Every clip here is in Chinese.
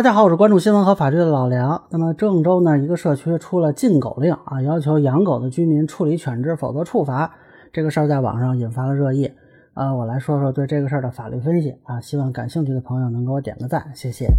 大家好，我是关注新闻和法律的老梁。那么郑州呢，一个社区出了禁狗令啊，要求养狗的居民处理犬只，否则处罚。这个事儿在网上引发了热议我来说说对这个事儿的法律分析希望感兴趣的朋友能给我点个赞，谢谢。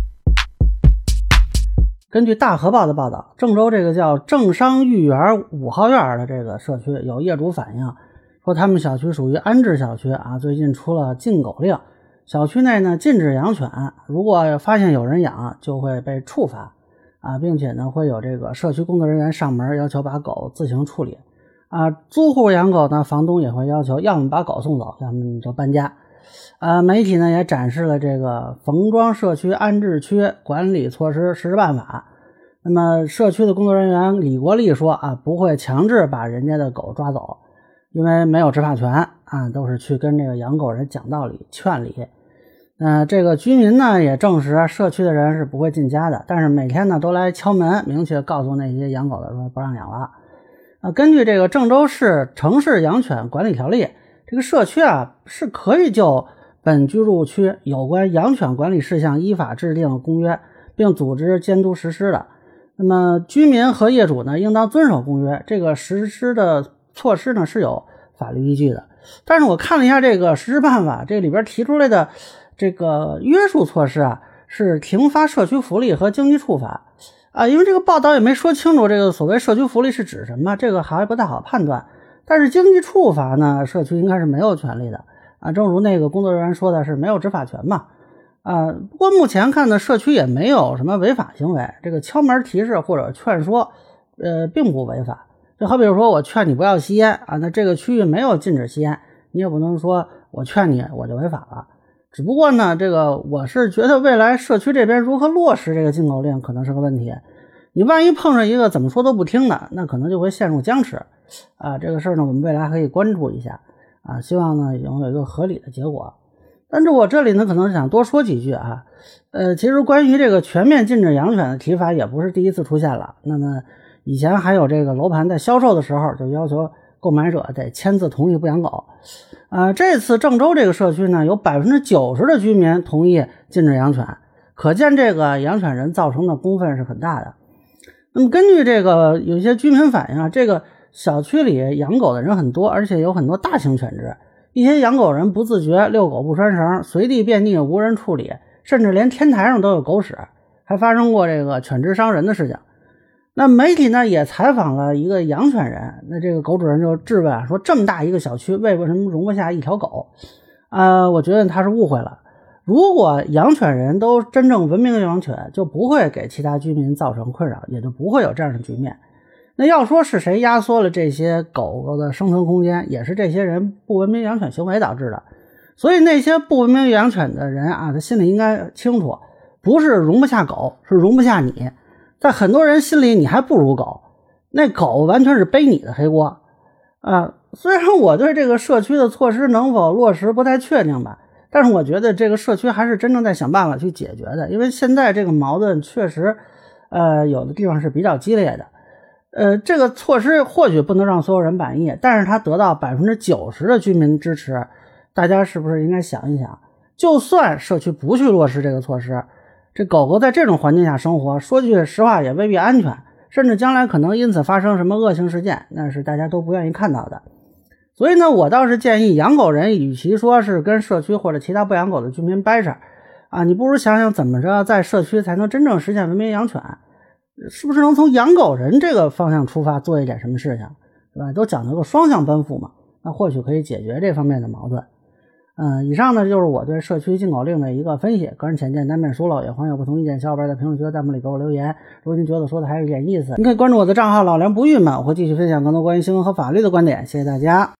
根据大河报的报道，郑州这个叫正商御园5号院的这个社区有业主反映说，他们小区属于安置小区最近出了禁狗令，小区内呢禁止养犬，如果发现有人养就会被处罚并且呢会有这个社区工作人员上门要求把狗自行处理租户养狗呢，房东也会要求要么把狗送走，要么你就搬家。媒体呢也展示了这个冯庄社区安置区管理措施实施办法。那么社区的工作人员李国立说不会强制把人家的狗抓走，因为没有执法权都是去跟这个养狗人讲道理劝理。这个居民呢也证实社区的人是不会进家的，但是每天呢都来敲门，明确告诉那些养狗的说不让养了。根据这个郑州市城市养犬管理条例，这个社区是可以就本居住区有关养犬管理事项依法制定公约，并组织监督实施的。那么居民和业主呢应当遵守公约，这个实施的措施呢是有法律依据的。但是我看了一下这个实施办法，这里边提出来的这个约束措施是停发社区福利和经济处罚因为这个报道也没说清楚这个所谓社区福利是指什么，这个还不太好判断。但是经济处罚呢，社区应该是没有权利的正如那个工作人员说的是没有执法权嘛不过目前看呢，社区也没有什么违法行为，这个敲门提示或者劝说并不违法。就好比说我劝你不要吸烟那这个区域没有禁止吸烟，你也不能说我劝你我就违法了。只不过呢，这个我是觉得未来社区这边如何落实这个禁狗令可能是个问题。你万一碰上一个怎么说都不听的，那可能就会陷入僵持这个事儿呢，我们未来可以关注一下希望呢有一个合理的结果。但是我这里呢可能想多说几句其实关于这个全面禁止养犬的提法也不是第一次出现了。那么以前还有这个楼盘在销售的时候就要求购买者得签字同意不养狗这次郑州这个社区呢有 90% 的居民同意禁止养犬，可见这个养犬人造成的公愤是很大的。那么根据这个有一些居民反映这个小区里养狗的人很多，而且有很多大型犬只，一些养狗人不自觉遛狗不拴绳，随地便溺无人处理，甚至连天台上都有狗屎，还发生过这个犬只伤人的事情。那媒体呢也采访了一个养犬人，那这个狗主人就质问说，这么大一个小区为什么容不下一条狗我觉得他是误会了。如果养犬人都真正文明的养犬，就不会给其他居民造成困扰，也就不会有这样的局面。那要说是谁压缩了这些狗狗的生存空间，也是这些人不文明养犬行为导致的。所以那些不文明养犬的人他心里应该清楚，不是容不下狗，是容不下你。在很多人心里你还不如狗，那狗完全是背你的黑锅虽然我对这个社区的措施能否落实不太确定吧，但是我觉得这个社区还是真正在想办法去解决的。因为现在这个矛盾确实有的地方是比较激烈的这个措施或许不能让所有人满意，但是它得到 90% 的居民支持，大家是不是应该想一想，就算社区不去落实这个措施，这狗狗在这种环境下生活，说句实话也未必安全，甚至将来可能因此发生什么恶性事件，那是大家都不愿意看到的。所以呢，我倒是建议养狗人与其说是跟社区或者其他不养狗的居民掰扯你不如想想怎么着在社区才能真正实现文明养犬，是不是能从养狗人这个方向出发做一点什么事情，对吧？都讲究个双向奔赴嘛，那或许可以解决这方面的矛盾。以上呢就是我对社区禁狗令的一个分析，个人浅见难免疏漏，也欢迎有不同意见小伙伴在评论区和弹幕里给我留言。如果您觉得说的还有一点意思，您可以关注我的账号老梁不郁闷，我会继续分享更多关于新闻和法律的观点。谢谢大家。